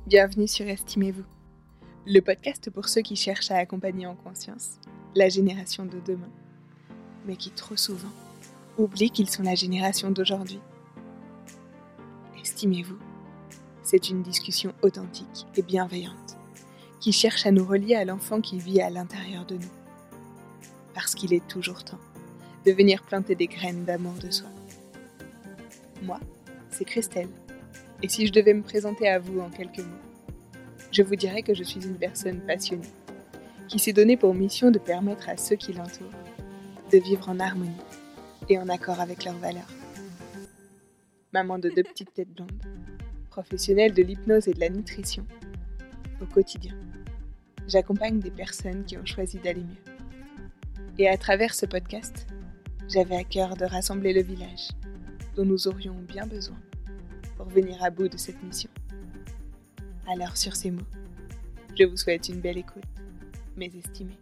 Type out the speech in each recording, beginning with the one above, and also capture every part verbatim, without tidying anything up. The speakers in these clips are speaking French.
Bienvenue sur Estimez-vous, le podcast pour ceux qui cherchent à accompagner en conscience la génération de demain, mais qui trop souvent oublient qu'ils sont la génération d'aujourd'hui. Estimez-vous, c'est une discussion authentique et bienveillante qui cherche à nous relier à l'enfant qui vit à l'intérieur de nous. Parce qu'il est toujours temps de venir planter des graines d'amour de soi. Moi, c'est Christelle. Et si je devais me présenter à vous en quelques mots, je vous dirais que je suis une personne passionnée, qui s'est donnée pour mission de permettre à ceux qui l'entourent de vivre en harmonie et en accord avec leurs valeurs. Maman de deux petites têtes blondes, professionnelle de l'hypnose et de la nutrition, au quotidien, j'accompagne des personnes qui ont choisi d'aller mieux. Et à travers ce podcast, j'avais à cœur de rassembler le village, dont nous aurions bien besoin pour venir à bout de cette mission. Alors sur ces mots, je vous souhaite une belle écoute, mes estimés.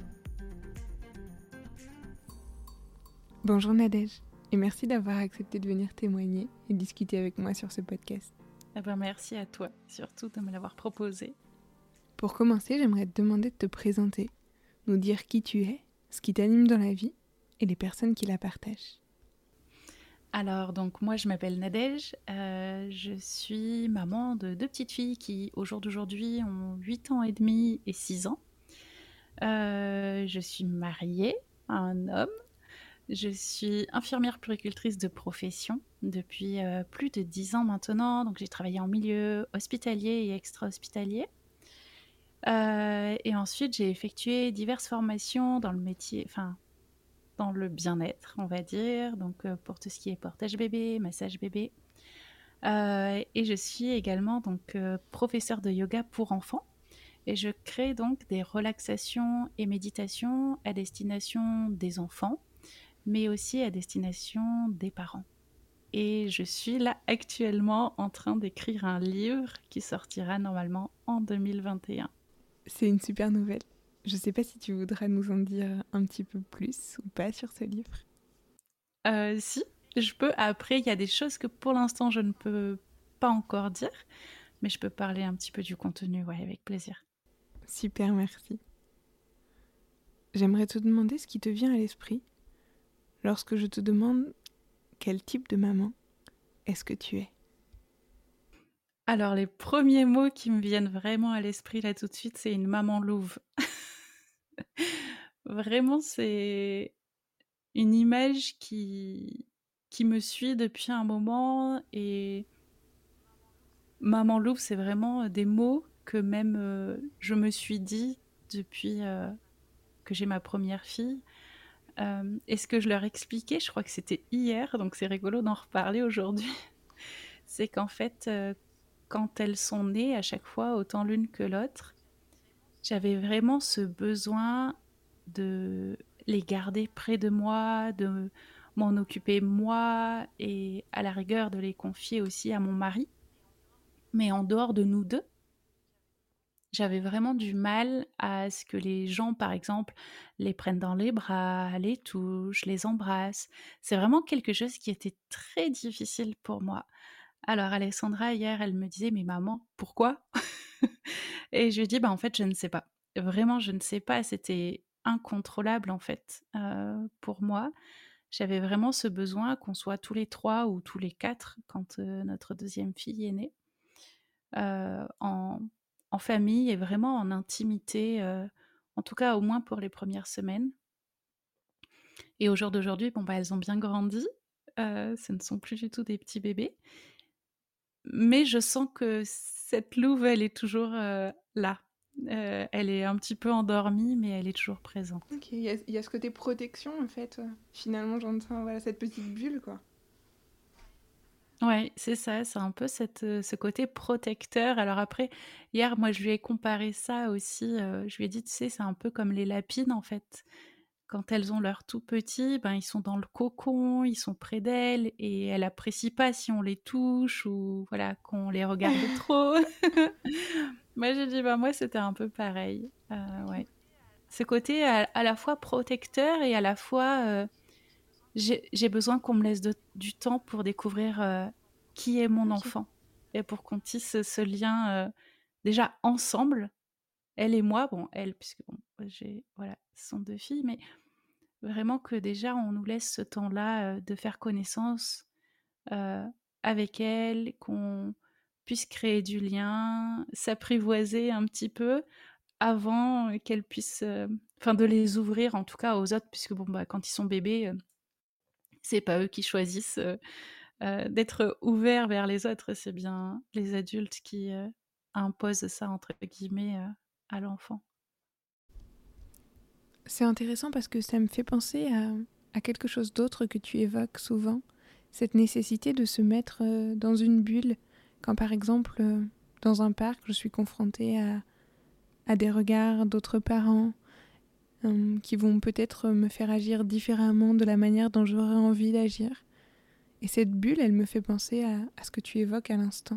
Bonjour Nadège, et merci d'avoir accepté de venir témoigner et discuter avec moi sur ce podcast. Eh ben merci à toi, surtout de me l'avoir proposé. Pour commencer, j'aimerais te demander de te présenter, nous dire qui tu es, ce qui t'anime dans la vie et les personnes qui la partagent. Alors, donc moi, je m'appelle Nadège, euh, je suis maman de deux petites filles qui, au jour d'aujourd'hui, ont huit ans et demi et six ans. Euh, je suis mariée à un homme. Je suis infirmière puéricultrice de profession depuis euh, plus de dix ans maintenant. Donc, j'ai travaillé en milieu hospitalier et extra-hospitalier. Euh, et ensuite, j'ai effectué diverses formations dans le métier... Enfin, dans le bien-être, on va dire, donc euh, pour tout ce qui est portage bébé, massage bébé. Euh, et je suis également donc euh, professeure de yoga pour enfants. Et je crée donc des relaxations et méditations à destination des enfants, mais aussi à destination des parents. Et je suis là actuellement en train d'écrire un livre qui sortira normalement en deux mille vingt et un. C'est une super nouvelle. Je sais pas si tu voudras nous en dire un petit peu plus ou pas sur ce livre. Euh, si, je peux. Après, il y a des choses que pour l'instant je ne peux pas encore dire, mais je peux parler un petit peu du contenu, ouais, avec plaisir. Super, merci. J'aimerais te demander ce qui te vient à l'esprit lorsque je te demande quel type de maman est-ce que tu es. Alors, les premiers mots qui me viennent vraiment à l'esprit là tout de suite, c'est une maman louve. Vraiment, c'est une image qui, qui me suit depuis un moment. Et maman louve, c'est vraiment des mots que même euh, je me suis dit depuis euh, que j'ai ma première fille. Euh, Est-ce que je leur expliquais? Je crois que c'était hier, donc c'est rigolo d'en reparler aujourd'hui. C'est qu'en fait, euh, quand elles sont nées, à chaque fois, autant l'une que l'autre, j'avais vraiment ce besoin de les garder près de moi, de m'en occuper moi et à la rigueur de les confier aussi à mon mari. Mais en dehors de nous deux, j'avais vraiment du mal à ce que les gens, par exemple, les prennent dans les bras, les touchent, les embrassent. C'est vraiment quelque chose qui était très difficile pour moi. Alors Alessandra, hier, elle me disait: «Mais maman, pourquoi?» Et je lui dis: «Bah, en fait, je ne sais pas. Vraiment, je ne sais pas». C'était incontrôlable, en fait, heu, pour moi. J'avais vraiment ce besoin qu'on soit tous les trois ou tous les quatre quand, heu, notre deuxième fille est née, heu, en en famille et vraiment en intimité, heu, en tout cas, au moins pour les premières semaines. Et au jour d'aujourd'hui, bon, bah, elles ont bien grandi, heu, ce ne sont plus du tout des petits bébés. Mais je sens que cette louve, elle est toujours, heu, là. Heu, elle est un petit peu endormie, mais elle est toujours présente. Ok, il y, a- y a ce côté protection en fait. euh, Finalement, j'entends voilà, cette petite bulle quoi. Ouais, c'est ça, c'est un peu cette, heu, ce côté protecteur. Alors après, hier, moi, je lui ai comparé ça aussi, heu, je lui ai dit: «Tu sais, c'est un peu comme les lapines, en fait. Quand elles ont leurs tout petits, ben, ils sont dans le cocon, ils sont près d'elles et elles apprécient pas si on les touche ou voilà, qu'on les regarde trop». Moi, j'ai dit: «Bah, moi, c'était un peu pareil». Heu, Ok. ouais. Ce côté à à la fois protecteur et à la fois, heu, j'ai j'ai besoin qu'on me laisse de du temps pour découvrir, heu, qui est mon Ok. enfant et pour qu'on tisse ce lien, heu déjà ensemble, elle et moi, bon elle puisque bon, j'ai voilà, ce sont deux filles, mais vraiment que déjà on nous laisse ce temps-là, heu, de faire connaissance, heu, avec elle, qu'on puisse créer du lien, s'apprivoiser un petit peu avant, heu, qu'elles puissent, heu, enfin de les ouvrir en tout cas aux autres puisque bon, bah, quand ils sont bébés, heu, c'est pas eux qui choisissent, heu heu, d'être ouverts vers les autres, c'est bien les adultes qui, heu, «imposent ça» entre guillemets, heu, à l'enfant. C'est intéressant parce que ça me fait penser à, à quelque chose d'autre que tu évoques souvent, cette nécessité de se mettre euh, dans une bulle. Quand par exemple, euh, dans un parc, je suis confrontée à, à des regards d'autres parents euh, qui vont peut-être me faire agir différemment de la manière dont j'aurais envie d'agir. Et cette bulle, elle me fait penser à, à ce que tu évoques à l'instant.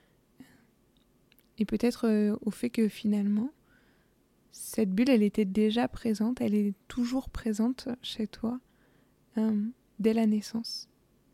Et peut-être euh, au fait que finalement, cette bulle, elle était déjà présente, elle est toujours présente chez toi euh, dès la naissance.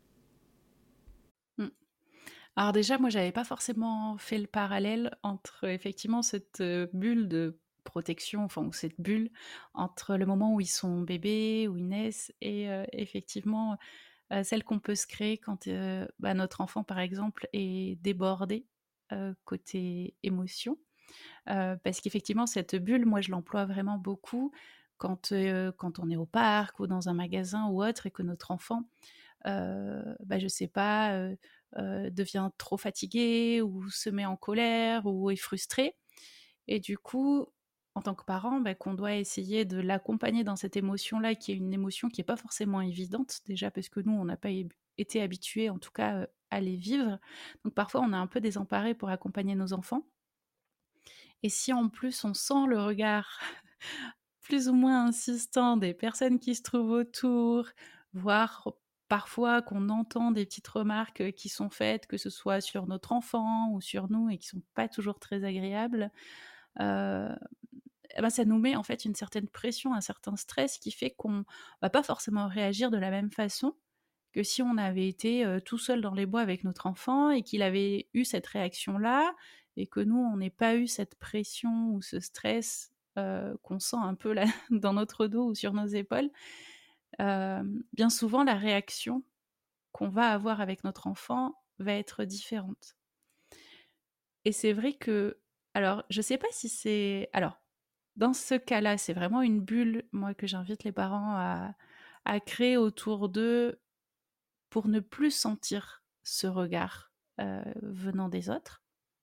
Mmh. Alors déjà, moi, j'avais pas forcément fait le parallèle entre effectivement cette, heu, bulle de protection, enfin ou cette bulle entre le moment où ils sont bébés, où ils naissent et heu, effectivement, heu, celle qu'on peut se créer quand, heu, bah, notre enfant, par exemple, est débordé, heu, côté émotion. Heu, parce qu'effectivement cette bulle, moi, je l'emploie vraiment beaucoup quand, heu, quand on est au parc ou dans un magasin ou autre et que notre enfant heu, bah, je sais pas, heu heu, devient trop fatigué ou se met en colère ou est frustré et du coup, en tant que parent, bah, qu'on doit essayer de l'accompagner dans cette émotion-là, qui est une émotion qui est pas forcément évidente, déjà parce que nous, on n'a pas ébut été habitués, en tout cas, heu, à les vivre. Donc parfois, on est un peu désemparés pour accompagner nos enfants et si en plus on sent le regard plus ou moins insistant des personnes qui se trouvent autour, voire parfois qu'on entend des petites remarques, heu, qui sont faites, que ce soit sur notre enfant ou sur nous et qui sont pas toujours très agréables, heu, et bah, ça nous met en fait une certaine pression, un certain stress qui fait qu'on va pas forcément réagir de la même façon que si on avait été, heu, tout seul dans les bois avec notre enfant et qu'il avait eu cette réaction-là et que nous, on n'ait pas eu cette pression ou ce stress, heu, qu'on sent un peu là dans notre dos ou sur nos épaules. Hem, bien souvent, la réaction qu'on va avoir avec notre enfant va être différente et c'est vrai que alors je sais pas si c'est alors dans ce cas-là, c'est vraiment une bulle, moi, que j'invite les parents à à créer autour d'eux pour ne plus sentir ce regard, heu, venant des autres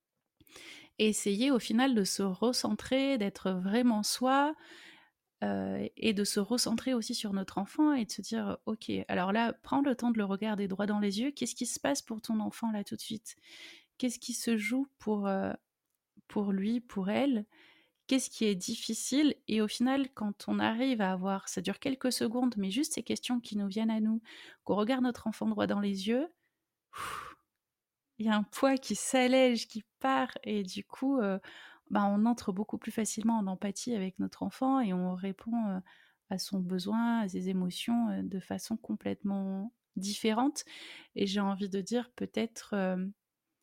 et essayer au final de se recentrer, d'être vraiment soi, heu et de se recentrer aussi sur notre enfant et de se dire: «OK, alors là, prends le temps de le regarder droit dans les yeux. Qu'est-ce qui se passe pour ton enfant là tout de suite? Qu'est-ce qui se joue pour, heu, pour lui, pour elle? Qu'est-ce qui est difficile?» Et au final, quand on arrive à avoir ça dure quelques secondes, mais juste ces questions qui nous viennent à nous, qu'on regarde notre enfant droit dans les yeux, il y a un poids qui s'allège, qui part et du coup, heu, bah, on entre beaucoup plus facilement en empathie avec notre enfant et on répond, heu, à son besoin, à ses émotions, heu, de façon complètement différente et j'ai envie de dire peut-être, hem,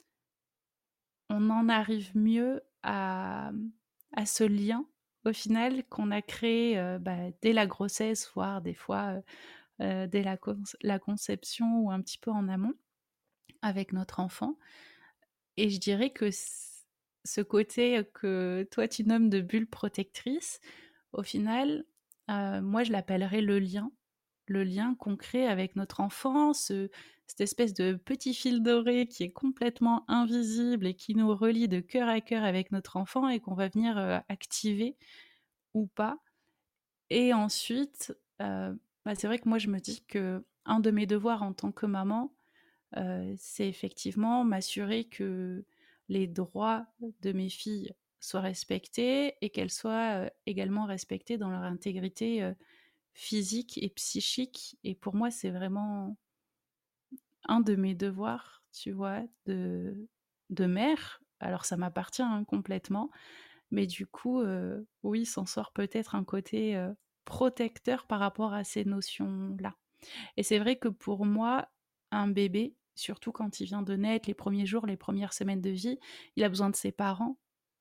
on en arrive mieux à, mmh, à ce lien au final qu'on a créé, heu, bah, dès la grossesse, voire des fois, heu heu, dès la conc la conception ou un petit peu en amont avec notre enfant. Et je dirais que c ce côté, que toi tu nommes de bulle protectrice, au final, heu, moi je l'appellerais le lien. Le lien qu'on crée avec notre enfant, ce cette espèce de petit fil doré qui est complètement invisible et qui nous relie de cœur à cœur avec notre enfant et qu'on va venir, heu, activer ou pas. Et ensuite, heu, bah, c'est vrai que moi je me dis que un de mes devoirs en tant que maman, Heu, c'est effectivement m'assurer que les droits de mes filles soient respectés et qu'elles soient, heu, également respectées dans leur intégrité, heu, physique et psychique et pour moi, c'est vraiment un de mes devoirs, tu vois, de de mère. Alors ça m'appartient, hein, complètement, mais du coup, heu, oui, s'en sort peut-être un côté, heu, protecteur par rapport à ces notions-là. Et c'est vrai que pour moi, un bébé, surtout quand il vient de naître, les premiers jours, les premières semaines de vie, il a besoin de ses parents.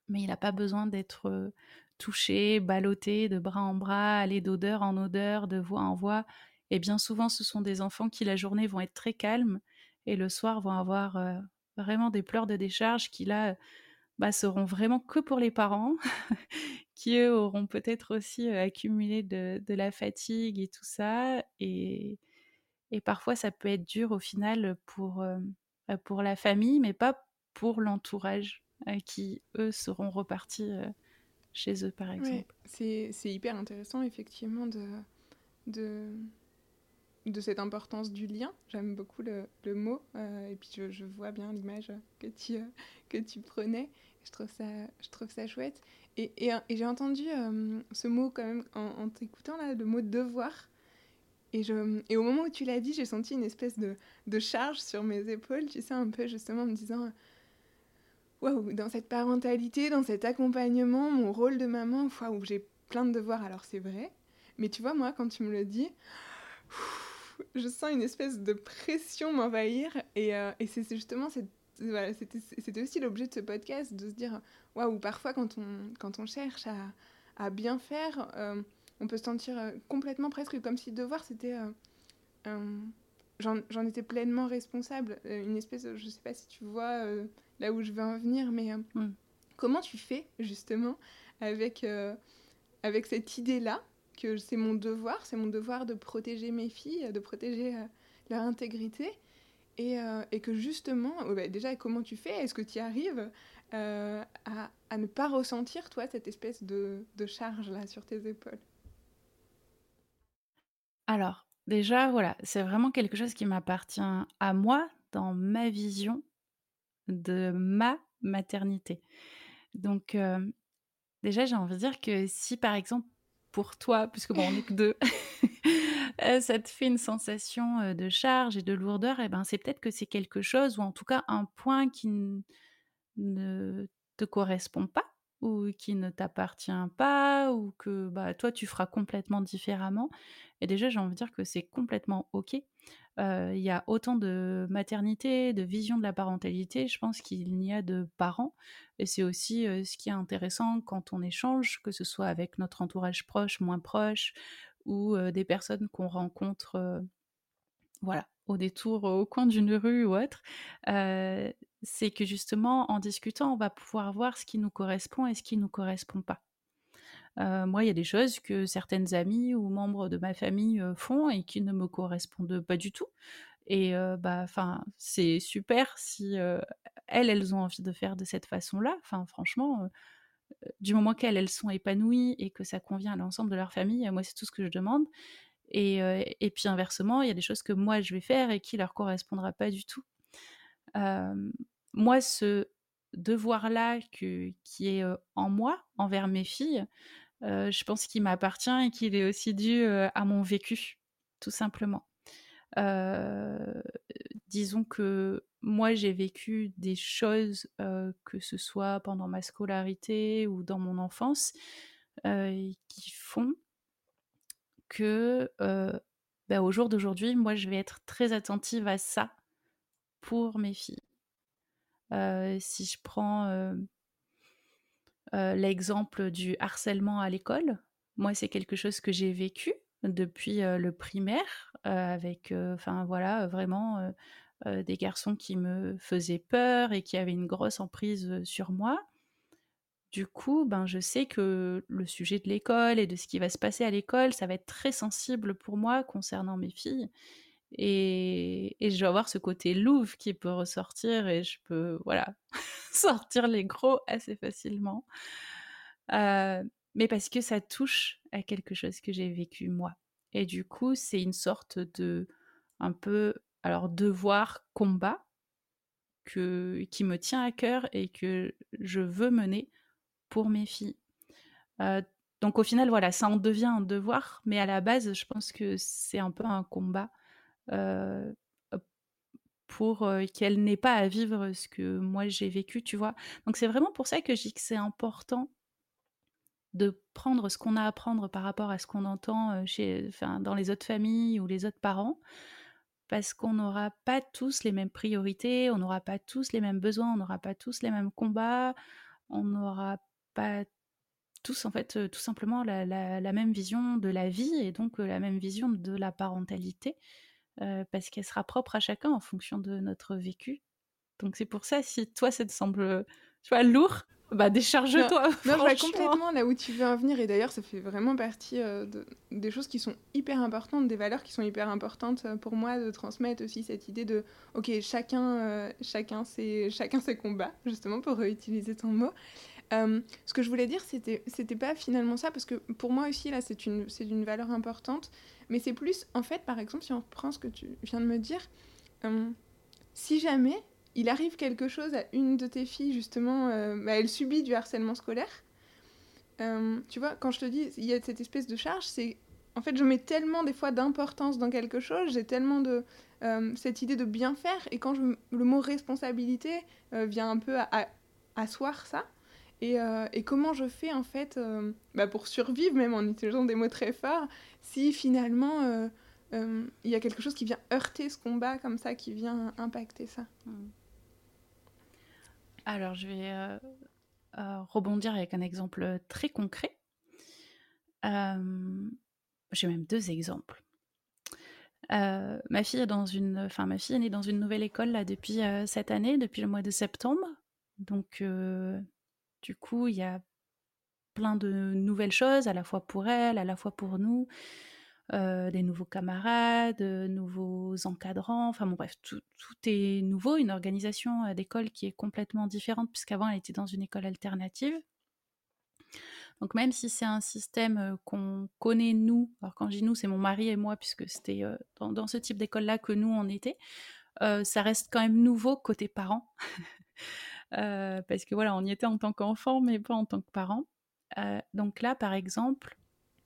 mais il a pas besoin d'être, heu, touché, ballotté de bras en bras, aller d'odeur en odeur, de voix en voix et bien souvent, ce sont des enfants qui, la journée, vont être très calmes et le soir vont avoir, heu, vraiment des pleurs de décharge qui là, bah, seront vraiment que pour les parents qui eux auront peut-être aussi, heu, accumulé de de la fatigue et tout ça et et parfois ça peut être dur au final, pour, hem, bah, pour la famille, mais pas pour l'entourage, heu, qui eux seront repartis, heu, chez eux par Ouais, exemple. c'est c'est hyper intéressant effectivement de de de cette importance du lien. J'aime beaucoup le, le mot euh, et puis je, je vois bien l'image que tu, euh, que tu prenais. Je trouve ça, je trouve ça chouette. Et, et, et j'ai entendu euh, ce mot quand même en, en t'écoutant là, le mot devoir. Et, je, et au moment où tu l'as dit, j'ai senti une espèce de, de charge sur mes épaules, tu sais, un peu justement en me disant waouh, dans cette parentalité, dans cet accompagnement, mon rôle de maman, waouh, j'ai plein de devoirs, alors c'est vrai. Mais tu vois, moi, quand tu me le dis, je sens une espèce de pression m'envahir et, euh, et c'est justement cette, voilà, c'était, c'était aussi l'objet de ce podcast, de se dire waouh, parfois quand on, quand on cherche à, à bien faire, euh, on peut se sentir euh, complètement presque comme si le devoir c'était euh, un... j'en, j'en étais pleinement responsable, euh, une espèce de, je sais pas si tu vois euh, là où je veux en venir, mais euh, Mmh. comment tu fais justement avec, euh, avec cette idée-là que c'est mon devoir, c'est mon devoir de protéger mes filles, de protéger euh, leur intégrité, et, euh, et que justement, oh bah déjà, comment tu fais? Est-ce que tu y arrives euh, à, à ne pas ressentir, toi, cette espèce de, de charge là sur tes épaules? Alors, déjà, voilà, c'est vraiment quelque chose qui m'appartient à moi, dans ma vision de ma maternité. Donc, hem, déjà, j'ai envie de dire que si, par exemple, pour toi, puisque bon, on n'est que deux, heu, ça te fait une sensation, heu, de charge et de lourdeur et ben, c'est peut-être que c'est quelque chose ou en tout cas un point qui n ne te correspond pas ou qui ne t'appartient pas ou que, bah, toi, tu feras complètement différemment et déjà, j'ai envie de dire que c'est complètement OK. Heu, il y a autant de maternité, de vision de la parentalité, je pense qu'il n'y a de parents et c'est aussi, heu, ce qui est intéressant quand on échange, que ce soit avec notre entourage proche, moins proche ou, heu, des personnes qu'on rencontre, heu, voilà, au détour, au coin d'une rue ou autre. Heu, c'est que justement, en discutant, on va pouvoir voir ce qui nous correspond et ce qui nous correspond pas. Heu, moi, il y a des choses que certaines amies ou membres de ma famille, heu, font et qui ne me correspondent pas du tout et heu, bah, enfin, c'est super si, heu, elles, elles ont envie de faire de cette façon-là. Enfin, franchement, heu, du moment qu'elles, elles sont épanouies et que ça convient à l'ensemble de leur famille, heu, moi, c'est tout ce que je demande et heu et puis inversement, il y a des choses que moi, je vais faire et qui leur correspondra pas du tout. Hem, moi, ce devoir-là que qui est, heu, en moi, envers mes filles, heu, je pense qu'il m'appartient et qu'il est aussi dû, heu, à mon vécu, tout simplement. Heu, disons que moi, j'ai vécu des choses, heu, que ce soit pendant ma scolarité ou dans mon enfance, heu, qui font que, heu, bah, au jour d'aujourd'hui, moi, je vais être très attentive à ça pour mes filles. Heu, si je prends, heu heu, l'exemple du harcèlement à l'école, moi, c'est quelque chose que j'ai vécu depuis, heu, le primaire, heu, avec, heu, enfin voilà, vraiment, heu heu, des garçons qui me faisaient peur et qui avaient une grosse emprise, heu, sur moi. Du coup, ben, je sais que le sujet de l'école et de ce qui va se passer à l'école, ça va être très sensible pour moi concernant mes filles et et je vais avoir ce côté louve qui peut ressortir et je peux, voilà, sortir les gros assez facilement. Heu, mais parce que ça touche à quelque chose que j'ai vécu moi et du coup, c'est une sorte de un peu, alors devoir, combat que qui me tient à cœur et que je veux mener pour mes filles. Heu, donc au final, voilà, ça en devient un devoir, mais à la base, je pense que c'est un peu un combat, heu, pour, heu, qu'elles n'aient pas à vivre ce que moi j'ai vécu, tu vois? Donc c'est vraiment pour ça que je dis que c'est important de prendre ce qu'on a à prendre par rapport à ce qu'on entend, heu, chez enfin, dans les autres familles ou les autres parents, parce qu'on n'aura pas tous les mêmes priorités, on n'aura pas tous les mêmes besoins, on n'aura pas tous les mêmes combats, on n'aura pas tous, en fait, euh, tout simplement la, la- la même vision de la vie et donc euh, la même vision de la parentalité, euh, parce qu'elle sera propre à chacun en fonction de notre vécu. Donc c'est pour ça, si toi ça te semble, tu vois, lourd, bah Non, décharge-toi, non, je vois franchement. complètement là où tu veux en venir, et d'ailleurs ça fait vraiment partie euh, de- des choses qui sont hyper importantes, des valeurs qui sont hyper importantes euh, pour moi, de transmettre aussi cette idée de ok, chacun, euh, chacun, ses, chacun ses combats, justement pour réutiliser ton mot. Euh, ce que je voulais dire, c'était, c'était pas finalement ça, parce que pour moi aussi là c'est une, c'est une valeur importante, mais c'est plus en fait, par exemple, si on reprend ce que tu viens de me dire, euh, si jamais il arrive quelque chose à une de tes filles, justement, euh, bah, elle subit du harcèlement scolaire, euh, tu vois, quand je te dis, il y a cette espèce de charge, c'est... En fait, je mets tellement des fois d'importance dans quelque chose, j'ai tellement de... Euh, cette idée de bien faire, et quand je, le mot responsabilité euh, vient un peu à, à, asseoir ça, et, euh, et comment je fais, en fait, euh, bah, pour survivre, même en utilisant des mots très forts, si finalement... Euh, euh, il y a quelque chose qui vient heurter ce combat comme ça, qui vient impacter ça. Hmm. Alors je vais euh, euh, rebondir avec un exemple très concret. Euh, j'ai même deux exemples. Euh, ma fille est dans une, enfin ma fille est née dans une nouvelle école là depuis euh, cette année, depuis le mois de septembre. Donc euh, du coup il y a plein de nouvelles choses, à la fois pour elle, à la fois pour nous, euh, des nouveaux camarades, de nouveaux encadrants, enfin bon bref, tout, tout est nouveau, une organisation euh, d'école qui est complètement différente puisqu'avant elle était dans une école alternative. Donc même si c'est un système euh, qu'on connaît nous, alors quand je dis nous c'est mon mari et moi puisque c'était euh, dans, dans ce type d'école-là que nous on était, euh, ça reste quand même nouveau côté parents. Euh, parce que voilà, on y était en tant qu'enfant mais pas en tant que parents. Euh, donc là par exemple,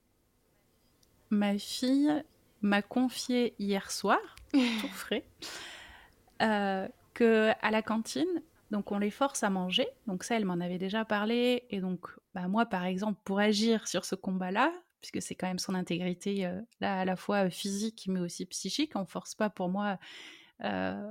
ma fille m'a confié hier soir, tout frais, euh, que à la cantine, donc on les force à manger. Donc ça, elle m'en avait déjà parlé. Et donc, bah moi, par exemple, pour agir sur ce combat-là, puisque c'est quand même son intégrité euh, là à la fois physique mais aussi psychique, on force pas pour moi euh,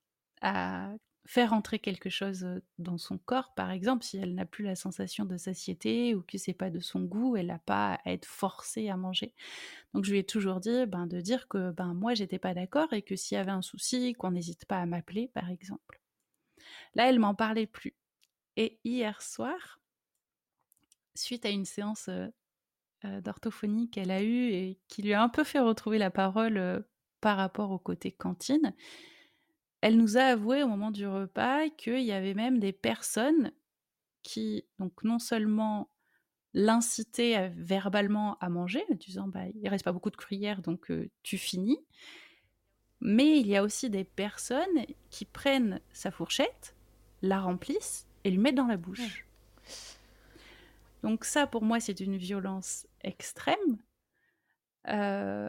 à faire entrer quelque chose dans son corps, par exemple, si elle n'a plus la sensation de satiété ou que c'est pas de son goût, elle n'a pas à être forcée à manger. Donc je lui ai toujours dit ben, de dire que ben, moi j'étais pas d'accord et que s'il y avait un souci, qu'on n'hésite pas à m'appeler par exemple. Là elle m'en parlait plus. Et hier soir, suite à une séance euh, euh, d'orthophonie qu'elle a eue et qui lui a un peu fait retrouver la parole euh, par rapport au côté cantine, elle nous a avoué au moment du repas qu'il y avait même des personnes qui, donc non seulement l'incitaient à- verbalement à manger, en disant bah, il reste pas beaucoup de cuillères donc euh, tu finis, mais il y a aussi des personnes qui prennent sa fourchette, la remplissent et lui mettent dans la bouche. Donc ça, pour moi, c'est une violence extrême. Euh,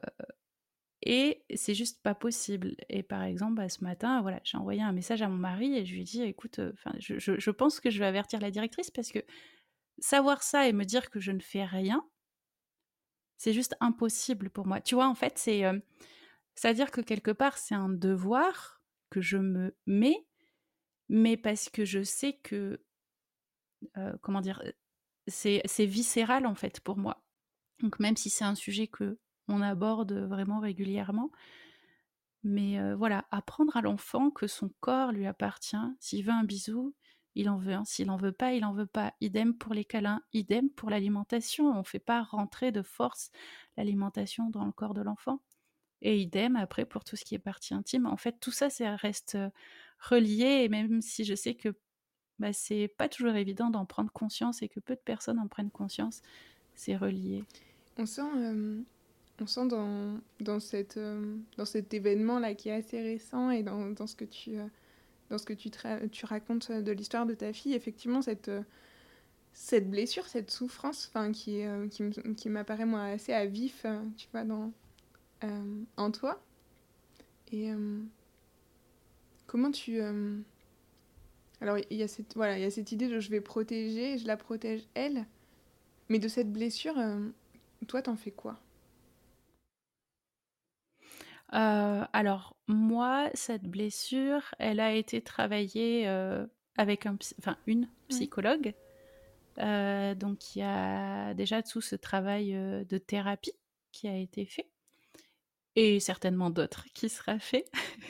et c'est juste pas possible. Et par exemple, bah, ce matin, voilà, j'ai envoyé un message à mon mari et je lui ai dit, écoute, euh, je, je, je pense que je vais avertir la directrice parce que savoir ça et me dire que je ne fais rien, c'est juste impossible pour moi. Tu vois, en fait, c'est... Euh, c'est-à-dire que quelque part, c'est un devoir que je me mets, mais parce que je sais que, euh, comment dire, c'est, c'est viscéral en fait pour moi. Donc même si c'est un sujet que on aborde vraiment régulièrement, mais euh, voilà, apprendre à l'enfant que son corps lui appartient. S'il veut un bisou, il en veut un. S'il en veut pas, il en veut pas. Idem pour les câlins, idem pour l'alimentation. On fait pas rentrer de force l'alimentation dans le corps de l'enfant. Et idem après pour tout ce qui est partie intime. En fait, tout ça, ça reste euh, relié. Et même si je sais que bah, c'est pas toujours évident d'en prendre conscience et que peu de personnes en prennent conscience, c'est relié. On sent, euh, on sent dans, dans, cette, euh, dans cet événement-là qui est assez récent, et dans, dans ce que tu, euh, dans ce que tu, tra- tu racontes de l'histoire de ta fille, effectivement, cette, euh, cette blessure, cette souffrance, qui, euh, qui, m- qui m'apparaît moi assez à vif, euh, tu vois, dans, euh, en toi. Et euh, comment tu... euh, Alors, il y, a cette, voilà, il y a cette idée de je vais protéger, je la protège elle, mais de cette blessure, euh, toi, t'en fais quoi? Euh, alors moi, cette blessure, elle a été travaillée euh, avec un, psy- enfin une Ouais. psychologue. Heu, donc il y a déjà tout ce travail, heu, de thérapie qui a été fait et certainement d'autres qui sera fait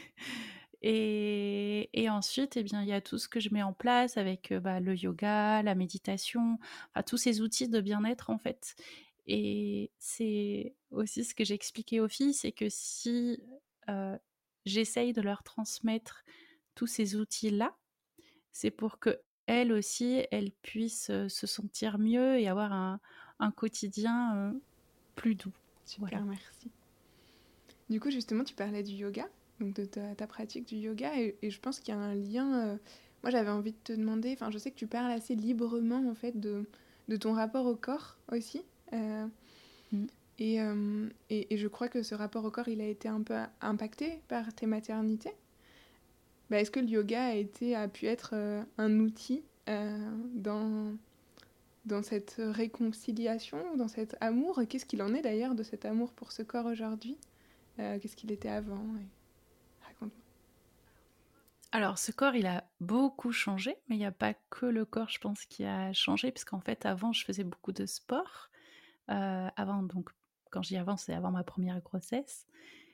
et et ensuite, eh bien, il y a tout ce que je mets en place avec, heu, bah, le yoga, la méditation, enfin tous ces outils de bien-être, en fait et c'est aussi ce que j'expliquais aux filles, c'est que si, heu, j'essaye de leur transmettre tous ces outils-là, c'est pour qu'elles aussi, elles puissent, heu, se sentir mieux et avoir un un quotidien, heu, plus doux. Super, Voilà. merci. Du coup, justement, tu parlais du yoga, donc de ta, ta pratique du yoga, et, et je pense qu'il y a un lien. euh, Moi, j'avais envie de te demander, enfin, je sais que tu parles assez librement, en fait, de, de ton rapport au corps aussi. euh, Mmh. et, euh, et, et je crois que ce rapport au corps, il a été un peu impacté par tes maternités. Bah, est-ce que le yoga a, été, a pu être euh, un outil euh, dans, dans cette réconciliation, dans cet amour? Et qu'est-ce qu'il en est d'ailleurs de cet amour pour ce corps aujourd'hui? Euh, Qu'est-ce qu'il était avant? Et... Raconte-moi. Alors ce corps, il a beaucoup changé, mais il y a pas que le corps, je pense, qui a changé puisqu'en fait, avant, je faisais beaucoup de sport. Heu, avant donc quand je dis avant, c'est avant ma première grossesse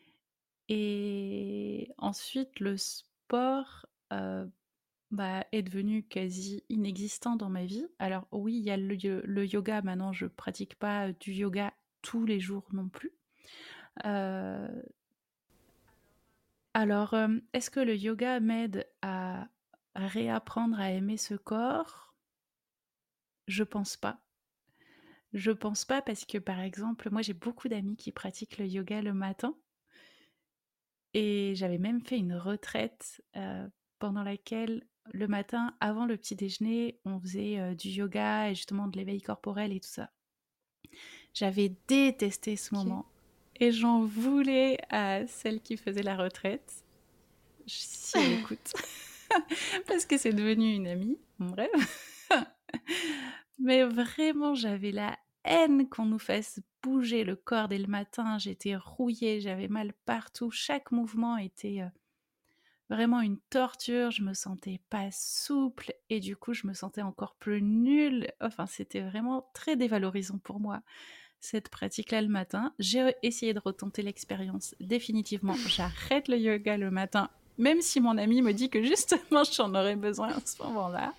et ensuite le sport, heu, bah, est devenu quasi inexistant dans ma vie. Alors oui, il y a le yo le yoga, maintenant je pratique pas du yoga tous les jours non plus. Heu, alors, hem, est-ce que le yoga m'aide à réapprendre à aimer ce corps? Je pense pas. Je pense pas parce que, par exemple, moi j'ai beaucoup d'amis qui pratiquent le yoga le matin et j'avais même fait une retraite, heu, pendant laquelle le matin, avant le petit déjeuner, on faisait, heu, du yoga et justement de l'éveil corporel et tout ça. J'avais détesté ce Ok. moment et j'en voulais à celle qui faisait la retraite. Si elle écoute, parce que c'est devenu une amie, bon bref. Mais vraiment, j'avais la haine qu'on nous fasse bouger le corps dès le matin. J'étais rouillée, j'avais mal partout. Chaque mouvement était, heu, vraiment une torture. Je me sentais pas souple et du coup, je me sentais encore plus nulle. Enfin, c'était vraiment très dévalorisant pour moi, cette pratique-là le matin. J'ai essayé de retenter l'expérience. Définitivement, j'arrête le yoga le matin, même si mon ami me dit que justement j'en aurais besoin à ce moment-là.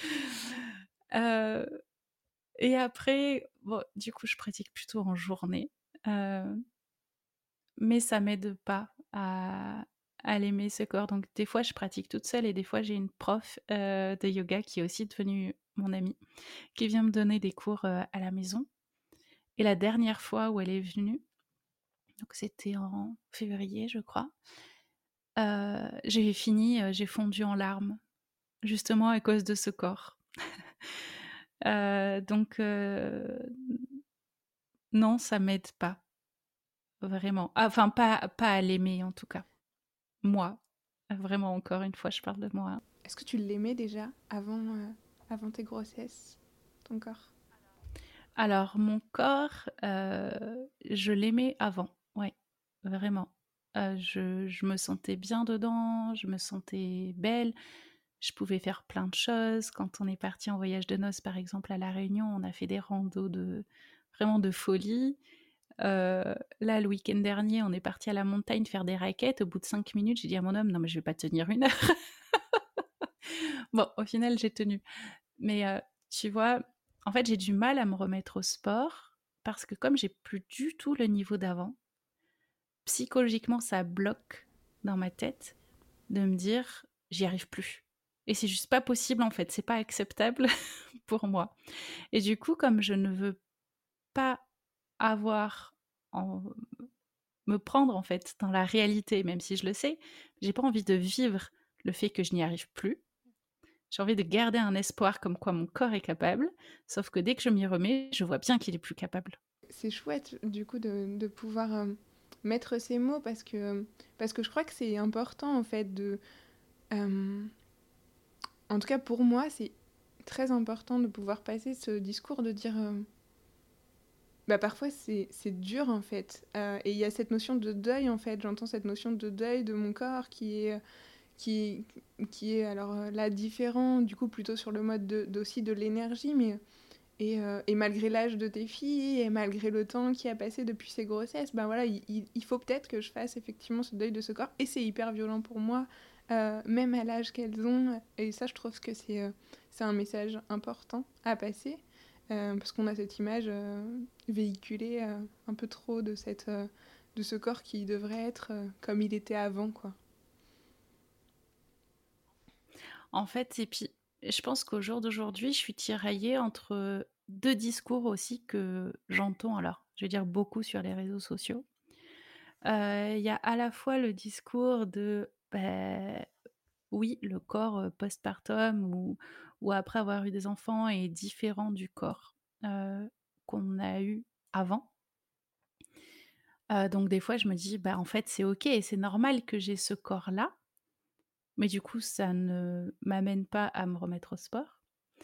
Heu et après, bon, du coup, je pratique plutôt en journée, heu, mais ça m'aide pas à à l'aimer ce corps. Donc des fois, je pratique toute seule et des fois, j'ai une prof, heu, de yoga qui est aussi devenue mon amie, qui vient me donner des cours, heu, à la maison et la dernière fois où elle est venue, donc c'était en février, je crois, heu, j'ai fini, heu, j'ai fondu en larmes, justement à cause de ce corps. Heu, donc heu, non, ça m'aide pas. Vraiment. Ah, enfin, pas, pas à l'aimer en tout cas. Moi. Vraiment, encore une fois, je parle de moi. Est-ce que tu l'aimais déjà avant, euh, avant tes grossesses, ton corps? Alors, mon corps, euh, je l'aimais avant. Ouais, vraiment. Euh, je, je me sentais bien dedans, je me sentais belle. Je pouvais faire plein de choses. Quand on est parti en voyage de noces, par exemple, à La Réunion, on a fait des randos de vraiment de folie. Euh, là, le week-end dernier, on est parti à la montagne faire des raquettes. Au bout de cinq minutes, j'ai dit à mon homme, non, mais je vais pas tenir une heure. Bon, au final, j'ai tenu. Mais euh, tu vois, en fait, j'ai du mal à me remettre au sport parce que comme j'ai plus du tout le niveau d'avant, psychologiquement, ça bloque dans ma tête de me dire, j'y arrive plus. Et c'est juste pas possible, en fait. C'est pas acceptable pour moi. Et du coup, comme je ne veux pas avoir en me prendre en fait dans la réalité, même si je le sais, j'ai pas envie de vivre le fait que je n'y arrive plus. J'ai envie de garder un espoir comme quoi mon corps est capable, sauf que dès que je m'y remets, je vois bien qu'il est plus capable. C'est chouette, du coup, de, de pouvoir euh, mettre ces mots parce que, parce que je crois que c'est important, en fait, de... euh, en tout cas, pour moi, c'est très important de pouvoir passer ce discours de dire... euh, bah parfois, c'est c'est dur, en fait. Euh, et il y a cette notion de deuil, en fait. J'entends cette notion de deuil de mon corps qui est... Qui, qui est alors euh, là différent, du coup plutôt sur le mode de, de- aussi de l'énergie, mais Et, euh, et malgré l'âge de tes filles, et malgré le temps qui a passé depuis ces grossesses, ben voilà, il, il, il faut peut-être que je fasse effectivement ce deuil de ce corps. Et c'est hyper violent pour moi, euh, même à l'âge qu'elles ont. Et ça, je trouve que c'est, euh, c'est un message important à passer. Euh, parce qu'on a cette image euh, véhiculée euh, un peu trop de, cette, euh, de ce corps qui devrait être euh, comme il était avant, quoi. En fait, et puis, je pense qu'au jour d'aujourd'hui, je suis tiraillée entre deux discours aussi que j'entends, alors, je vais dire beaucoup sur les réseaux sociaux. Il y a à la fois le discours de, bah, oui, le corps euh, postpartum ou, ou après avoir eu des enfants est différent du corps euh, qu'on a eu avant. Euh, donc des fois, je me dis, bah en fait, c'est ok et c'est normal que j'ai ce corps-là, mais du coup, ça ne m'amène pas à me remettre au sport.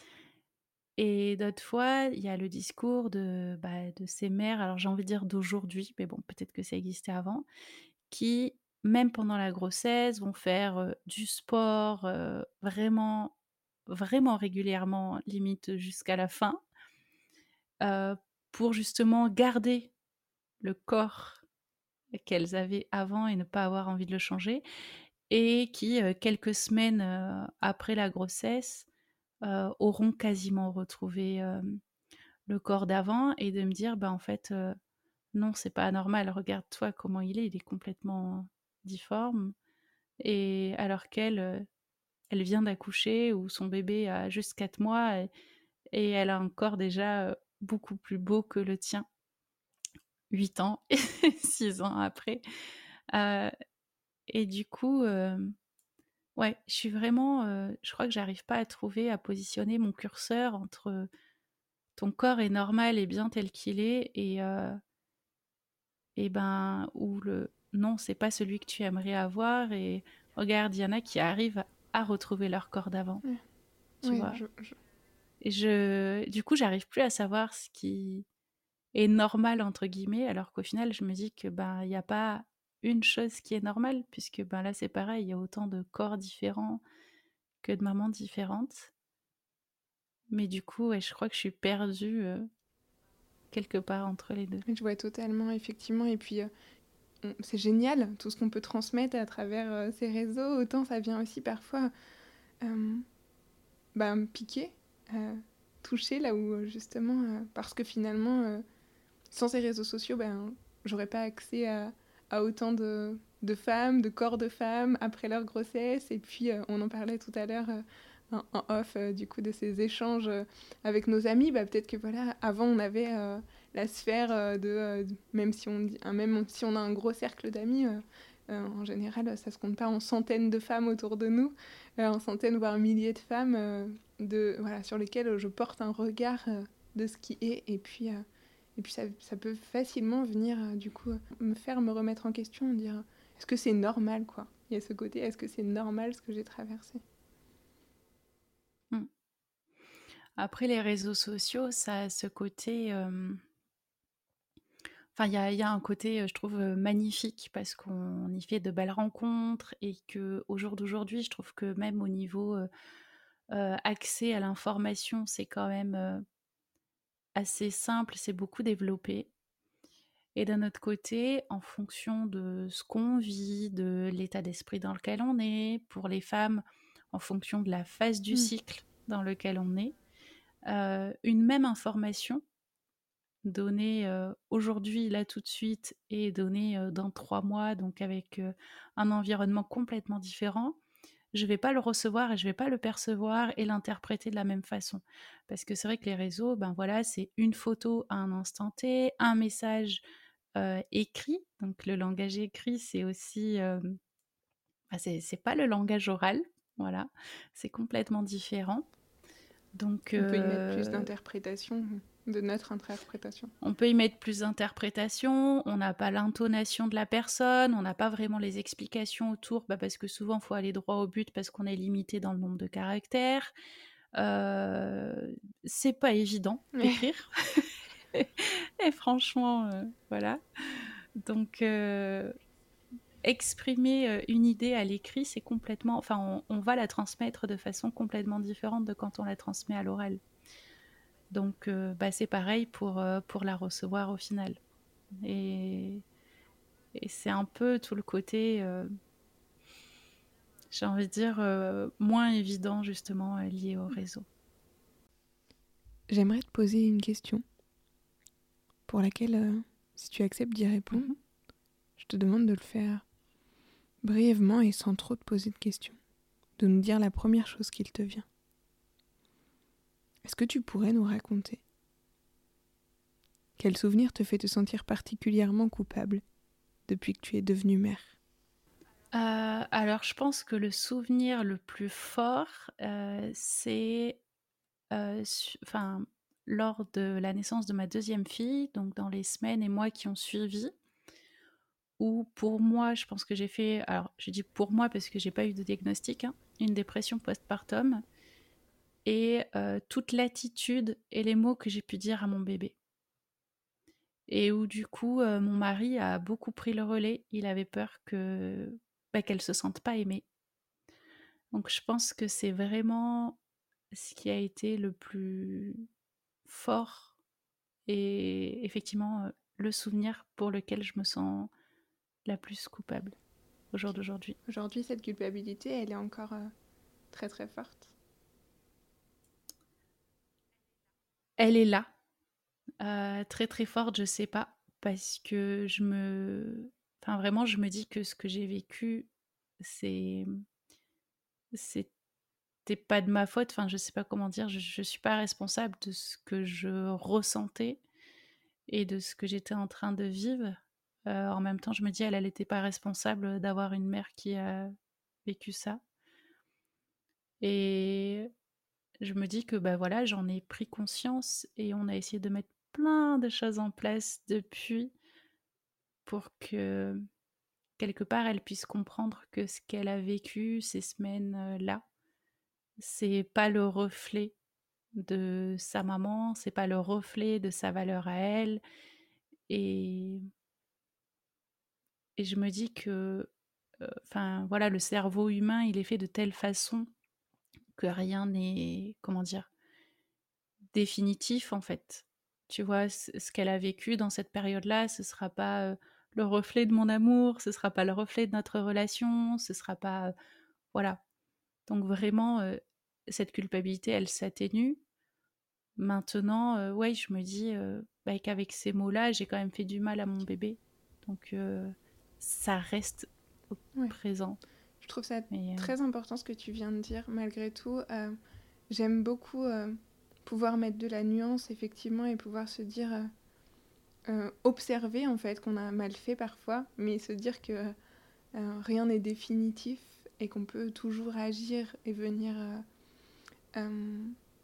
Et d'autres fois, il y a le discours de, bah, de ces mères, alors j'ai envie de dire d'aujourd'hui, mais bon, peut-être que ça existait avant, qui, même pendant la grossesse, vont faire euh, du sport euh, vraiment, vraiment régulièrement, limite jusqu'à la fin, euh, pour justement garder le corps qu'elles avaient avant et ne pas avoir envie de le changer, et qui, euh, quelques semaines euh, après la grossesse, euh, auront quasiment retrouvé euh, le corps d'avant, et de me dire, bah en fait, euh, non, c'est pas normal, regarde-toi comment il est, il est complètement difforme. Et alors qu'elle, euh, elle vient d'accoucher ou son bébé a juste quatre mois et, et elle a un corps déjà euh, beaucoup plus beau que le tien, huit ans et six ans après. Euh, et du coup, euh, ouais, je suis vraiment, euh, je crois que j'arrive pas à trouver, à positionner mon curseur entre ton corps est normal et bien tel qu'il est et, euh, et ben, ou le non, c'est pas celui que tu aimerais avoir et regarde, il y en a qui arrivent à retrouver leur corps d'avant, Ouais, tu ouais vois. je, je... Et je, du coup, j'arrive plus à savoir ce qui est normal entre guillemets, alors qu'au final, je me dis que ben il n'y a pas une chose qui est normale, puisque ben là c'est pareil, il y a autant de corps différents que de mamans différentes. Mais du coup, ouais, je crois que je suis perdue euh, quelque part entre les deux. Je vois totalement, effectivement. Et puis, euh, on- c'est génial tout ce qu'on peut transmettre à travers euh, ces réseaux. Autant ça vient aussi parfois euh, bah, me piquer, euh, toucher là où euh, justement, euh, parce que finalement, euh, sans ces réseaux sociaux, ben, j'aurais pas accès à, à autant de, de femmes, de corps de femmes après leur grossesse. Et puis, euh, on en parlait tout à l'heure euh, en, en off, euh, du coup, de ces échanges euh, avec nos amis. Bah, peut-être que voilà, avant, on avait euh, la sphère euh, de, euh, même, si on dit, hein, même si on a un gros cercle d'amis, euh, euh, en général, ça se compte pas en centaines de femmes autour de nous, euh, en centaines, voire milliers de femmes euh, de, voilà, sur lesquelles je porte un regard euh, de ce qui est. Et puis, euh, et puis ça, ça peut facilement venir, euh, du coup, me faire me remettre en question, dire est-ce que c'est normal, quoi. Il y a ce côté, est-ce que c'est normal ce que j'ai traversé. Hmm. Après, les réseaux sociaux, ça a ce côté... euh, Enfin, il y a, y a un côté, euh, je trouve, euh, magnifique parce qu'on y fait de belles rencontres et que au jour d'aujourd'hui, je trouve que même au niveau euh, euh, accès à l'information, c'est quand même euh, assez simple, c'est beaucoup développé. Et d'un autre côté, en fonction de ce qu'on vit, de l'état d'esprit dans lequel on est, pour les femmes, en fonction de la phase du Mm. cycle dans lequel on est, euh, une même information donnée euh, aujourd'hui, là tout de suite, et donnée euh, dans trois mois, donc avec euh, un environnement complètement différent, je vais pas le recevoir et je vais pas le percevoir et l'interpréter de la même façon. Parce que c'est vrai que les réseaux, ben voilà, c'est une photo à un instant T, un message euh, écrit. Donc le langage écrit, c'est aussi, euh, ben, c'est, c'est pas le langage oral, voilà, c'est complètement différent. Donc On peut y mettre plus euh, d'interprétation, de notre interprétation. on peut y mettre plus d'interprétation, on n'a pas l'intonation de la personne, on n'a pas vraiment les explications autour, bah parce que souvent il faut aller droit au but parce qu'on est limité dans le nombre de caractères. Euh, c'est pas évident d'écrire. Et franchement, euh, voilà. Donc, euh, exprimer euh, une idée à l'écrit, c'est complètement... Enfin, on, on va la transmettre de façon complètement différente de quand on la transmet à l'oral. Donc, euh, bah, c'est pareil pour, euh, pour la recevoir au final. Et, et c'est un peu tout le côté, euh, j'ai envie de dire, euh, moins évident justement euh, lié au réseau. J'aimerais te poser une question pour laquelle, euh, si tu acceptes d'y répondre, Mhm. je te demande de le faire brièvement et sans trop te poser de questions, de nous dire la première chose qu'il te vient. Est-ce que tu pourrais nous raconter quel souvenir te fait te sentir particulièrement coupable depuis que tu es devenue mère ? Euh, alors, je pense que le souvenir le plus fort, euh, c'est euh, su- enfin, lors de la naissance de ma deuxième fille, donc dans les semaines et mois qui ont suivi, où pour moi, je pense que j'ai fait, alors je dis pour moi parce que j'ai pas eu de diagnostic, hein, une dépression postpartum, et euh, toute l'attitude et les mots que j'ai pu dire à mon bébé. Et où du coup, euh, mon mari a beaucoup pris le relais. Il avait peur que bah, qu'elle se sente pas aimée. Donc je pense que c'est vraiment ce qui a été le plus fort et effectivement euh, le souvenir pour lequel je me sens la plus coupable au jour d'aujourd'hui. Aujourd'hui, cette culpabilité, elle est encore euh, très très forte. Elle est là, euh, très très forte, je sais pas, parce que je me, enfin vraiment, je me dis que ce que j'ai vécu, c'est, c'était pas de ma faute. Enfin, je sais pas comment dire. Je, je suis pas responsable de ce que je ressentais et de ce que j'étais en train de vivre. Euh, en même temps, je me dis, elle, elle n'était pas responsable d'avoir une mère qui a vécu ça. Et je me dis que bah voilà, j'en ai pris conscience et on a essayé de mettre plein de choses en place depuis pour que quelque part elle puisse comprendre que ce qu'elle a vécu ces semaines-là, c'est pas le reflet de sa maman, c'est pas le reflet de sa valeur à elle. Et, et je me dis que, enfin euh, voilà, le cerveau humain, il est fait de telle façon que rien n'est, comment dire, définitif en fait. Tu vois, c- ce qu'elle a vécu dans cette période-là, ce sera pas euh, le reflet de mon amour, ce sera pas le reflet de notre relation, ce sera pas, euh, voilà. Donc vraiment, euh, cette culpabilité, elle s'atténue. Maintenant, euh, ouais, je me dis euh, bah, qu'avec ces mots-là, j'ai quand même fait du mal à mon bébé. Donc euh, ça reste au Ouais. présent. Je trouve ça Mais euh, très important ce que tu viens de dire. Malgré tout, euh, j'aime beaucoup euh, pouvoir mettre de la nuance, effectivement, et pouvoir se dire, euh, euh, observer en fait qu'on a mal fait parfois, mais se dire que euh, rien n'est définitif et qu'on peut toujours agir et venir, euh, euh,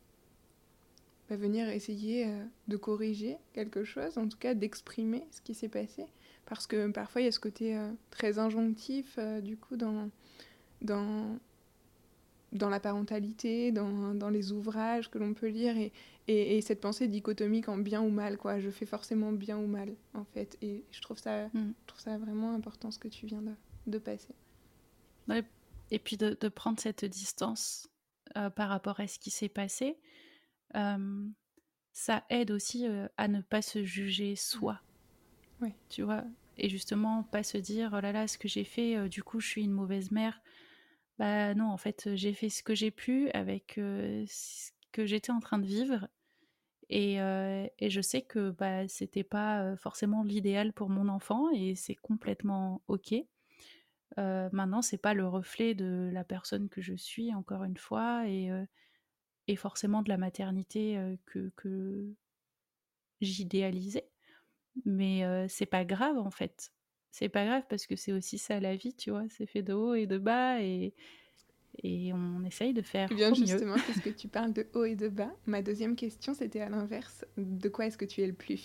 bah, venir essayer euh, de corriger quelque chose, en tout cas d'exprimer ce qui s'est passé. Parce que parfois il y a ce côté euh, très injonctif, euh, du coup, dans, dans, dans la parentalité, dans, dans les ouvrages que l'on peut lire, et, et, et cette pensée dichotomique en bien ou mal, quoi. Je fais forcément bien ou mal, en fait. Et je trouve ça, mm. je trouve ça vraiment important ce que tu viens de, de passer. Ouais. Et puis de, de prendre cette distance euh, par rapport à ce qui s'est passé, euh, ça aide aussi euh, à ne pas se juger soi, Ouais. tu vois. Et justement, pas se dire, oh là là, ce que j'ai fait, euh, du coup, je suis une mauvaise mère. Bah non, en fait, j'ai fait ce que j'ai pu avec euh, ce que j'étais en train de vivre. Et, euh, et je sais que bah, c'était pas euh, forcément l'idéal pour mon enfant et c'est complètement ok. Euh, maintenant, c'est pas le reflet de la personne que je suis, encore une fois, et, euh, et forcément de la maternité euh, que, que j'idéalisais. Mais euh, c'est pas grave en fait. C'est pas grave parce que c'est aussi ça la vie, tu vois. C'est fait de haut et de bas et, et on essaye de Eh faire bien, au mieux. justement, puisque tu parles de haut et de bas, ma deuxième question, c'était à l'inverse. De quoi est-ce que tu es le plus fier ?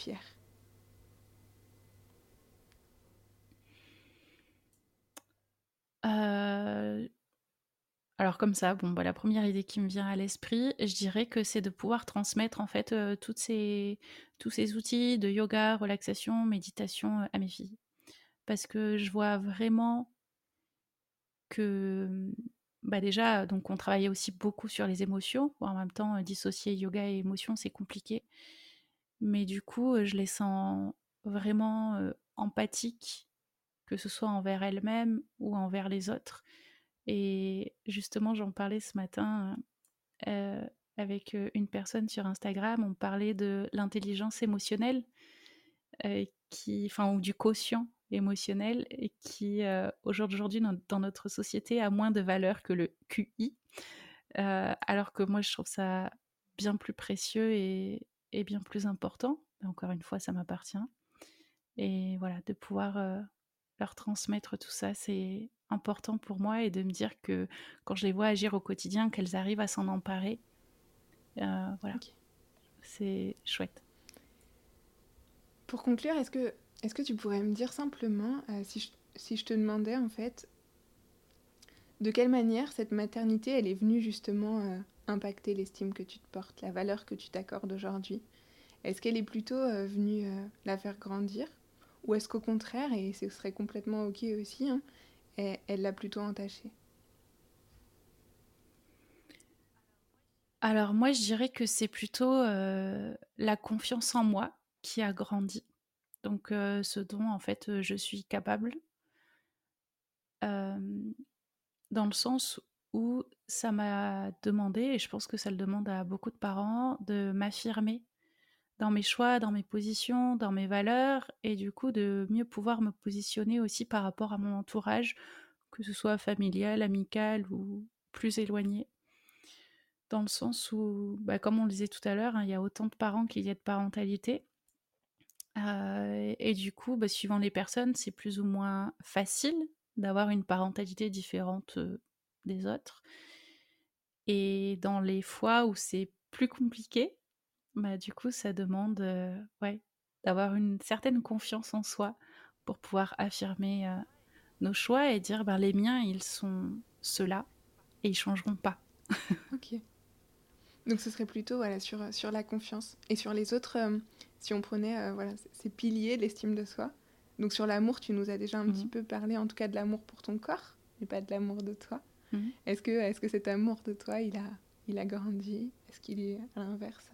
Euh, Alors comme ça, bon, bah, la première idée qui me vient à l'esprit, je dirais que c'est de pouvoir transmettre en fait euh, toutes ces, tous ces outils de yoga, relaxation, méditation euh, à mes filles. Parce que je vois vraiment que bah, déjà, donc on travaillait aussi beaucoup sur les émotions. En même temps, heu, dissocier yoga et émotions, c'est compliqué. Mais du coup, heu, je les sens vraiment, heu, empathiques, que ce soit envers elles-mêmes ou envers les autres. Et justement, j'en parlais ce matin, heu, avec, heu, une personne sur Instagram. On parlait de l'intelligence émotionnelle, heu, qui enfin ou du quotient émotionnel et qui, heu, au jour d'aujourd'hui dans dans notre société a moins de valeur que le Q I. Heu, alors que moi je trouve ça bien plus précieux et et bien plus important. Encore une fois, ça m'appartient et voilà, de pouvoir, heu, leur transmettre tout ça, c'est important pour moi et de me dire que quand je les vois agir au quotidien, qu'elles arrivent à s'en emparer, heu, voilà, Ok. c'est chouette. Pour conclure, est-ce que, est-ce que tu pourrais me dire simplement, euh, si, je, si je te demandais en fait, de quelle manière cette maternité, elle est venue justement euh, impacter l'estime que tu te portes, la valeur que tu t'accordes aujourd'hui? Est-ce qu'elle est plutôt euh, venue euh, la faire grandir? Ou est-ce qu'au contraire, et ce serait complètement ok aussi, hein, elle elle l'a plutôt entachée? Alors moi, je dirais que c'est plutôt, heu, la confiance en moi qui a grandi. Donc heu, ce dont en fait, heu, je suis capable. Hem, dans le sens où ça m'a demandé, et je pense que ça le demande à beaucoup de parents, de m'affirmer dans mes choix, dans mes positions, dans mes valeurs et du coup de mieux pouvoir me positionner aussi par rapport à mon entourage, que ce soit familial, amical ou plus éloigné. Dans le sens où, bah, comme on le disait tout à l'heure, hein, il y a autant de parents qu'il y a de parentalité. Heu et du coup, bah, suivant les personnes, c'est plus ou moins facile d'avoir une parentalité différente, heu, des autres. Et dans les fois où c'est plus compliqué, bah, du coup, ça demande, heu, ouais, d'avoir une certaine confiance en soi pour pouvoir affirmer, heu, nos choix et dire: «Ben, les miens, ils sont ceux-là et ils changeront pas». Ok. Donc ce serait plutôt voilà, sur, sur la confiance. Et sur les autres, euh, si on prenait euh, voilà, ces piliers de l'estime de soi. Donc sur l'amour, tu nous as déjà un petit Mmh. peu parlé, en tout cas de l'amour pour ton corps, mais pas de l'amour de toi. Mmh. Est-ce que, est-ce que cet amour de toi, il a, il a grandi? Est-ce qu'il est à l'inverse?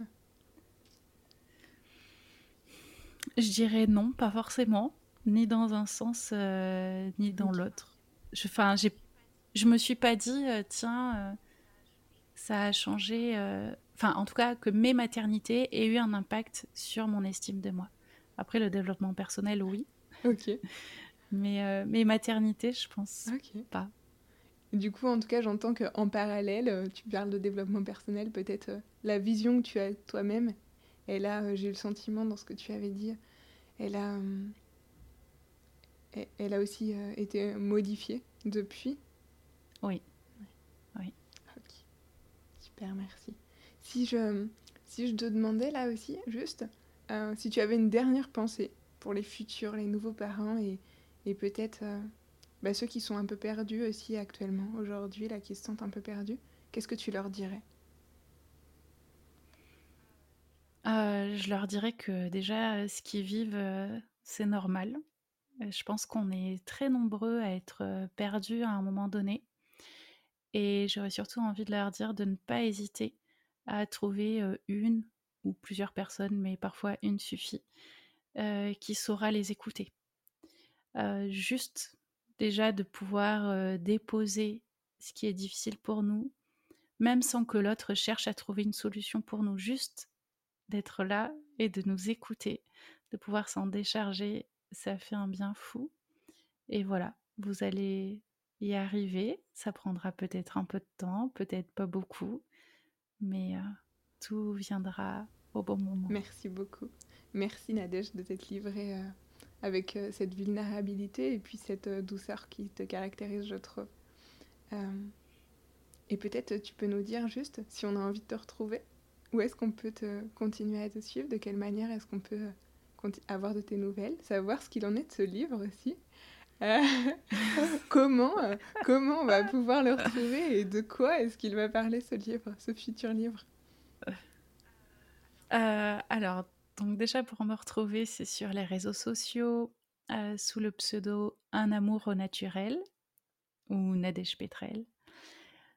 Je dirais non, pas forcément, ni dans un sens, heu, ni dans Ok. l'autre. Je enfin, j'ai je me suis pas dit, heu: «Tiens, heu, ça a changé», heu, enfin, en tout cas, que mes maternités aient eu un impact sur mon estime de moi. Après le développement personnel, oui, Ok. mais heu, mes maternités, je pense Ok. pas. Du coup, en tout cas, j'entends qu'en parallèle, euh, tu parles de développement personnel, peut-être euh, la vision que tu as de toi-même. Et là, euh, j'ai eu le sentiment dans ce que tu avais dit, elle a, euh, elle, elle a aussi euh, été modifiée depuis. Oui, oui. Ok, super, merci. Si je, si je te demandais là aussi, juste, euh, si tu avais une dernière pensée pour les futurs, les nouveaux parents et, et peut-être euh, bah, ceux qui sont un peu perdus aussi actuellement, aujourd'hui, là, qui se sentent un peu perdus, qu'est-ce que tu leur dirais? Heu, je leur dirais que déjà, heu, ce qu'ils vivent, heu, c'est normal. Heu, je pense qu'on est très nombreux à être, heu, perdus à un moment donné. Et j'aurais surtout envie de leur dire de ne pas hésiter à trouver, heu, une ou plusieurs personnes, mais parfois une suffit, heu, qui saura les écouter. Heu, juste déjà de pouvoir, heu, déposer ce qui est difficile pour nous, même sans que l'autre cherche à trouver une solution pour nous. Juste d'être là et de nous écouter, de pouvoir s'en décharger, ça fait un bien fou et voilà, vous allez y arriver. Ça prendra peut-être un peu de temps, peut-être pas beaucoup, mais heu, tout viendra au bon moment. Merci beaucoup. Merci Nadège de t'être livrée euh, avec euh, cette vulnérabilité et puis cette euh, douceur qui te caractérise, je trouve. Euh, et peut-être tu peux nous dire juste si on a envie de te retrouver, où est-ce qu'on peut te continuer à te suivre, de quelle manière est-ce qu'on peut euh, avoir de tes nouvelles, savoir ce qu'il en est de ce livre aussi. Euh, comment, euh, comment on va pouvoir le retrouver et de quoi est-ce qu'il va parler ce livre, ce futur livre? Heu, alors, donc déjà pour me retrouver, c'est sur les réseaux sociaux, heu, sous le pseudo Un amour au naturel ou Nadège Petrel.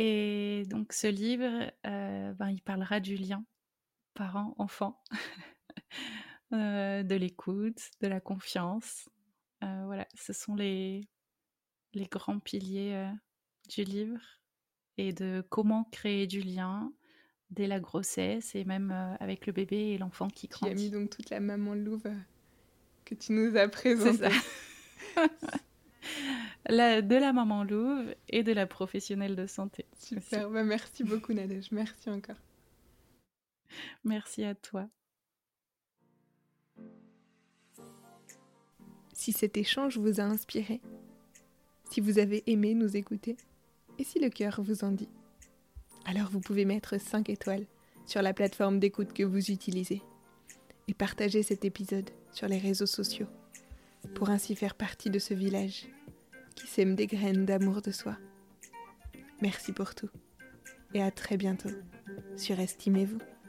Et donc ce livre, euh, ben, il parlera du lien parent-enfant, euh, de l'écoute, de la confiance. Euh, voilà, ce sont les, les grands piliers euh, du livre et de comment créer du lien dès la grossesse et même euh, avec le bébé et l'enfant qui Tu as mis grandit. donc toute la maman louve euh, que tu nous as C'est présentée. ça. La- de la maman louve et de la professionnelle de santé. aussi. Super, bah, merci beaucoup Nadège, merci encore. Merci à toi. Si cet échange vous a inspiré, si vous avez aimé nous écouter, et si le cœur vous en dit, alors vous pouvez mettre cinq étoiles sur la plateforme d'écoute que vous utilisez et partager cet épisode sur les réseaux sociaux pour ainsi faire partie de ce village qui sème des graines d'amour de soi. Merci pour tout et à très bientôt sur Estimez-vous.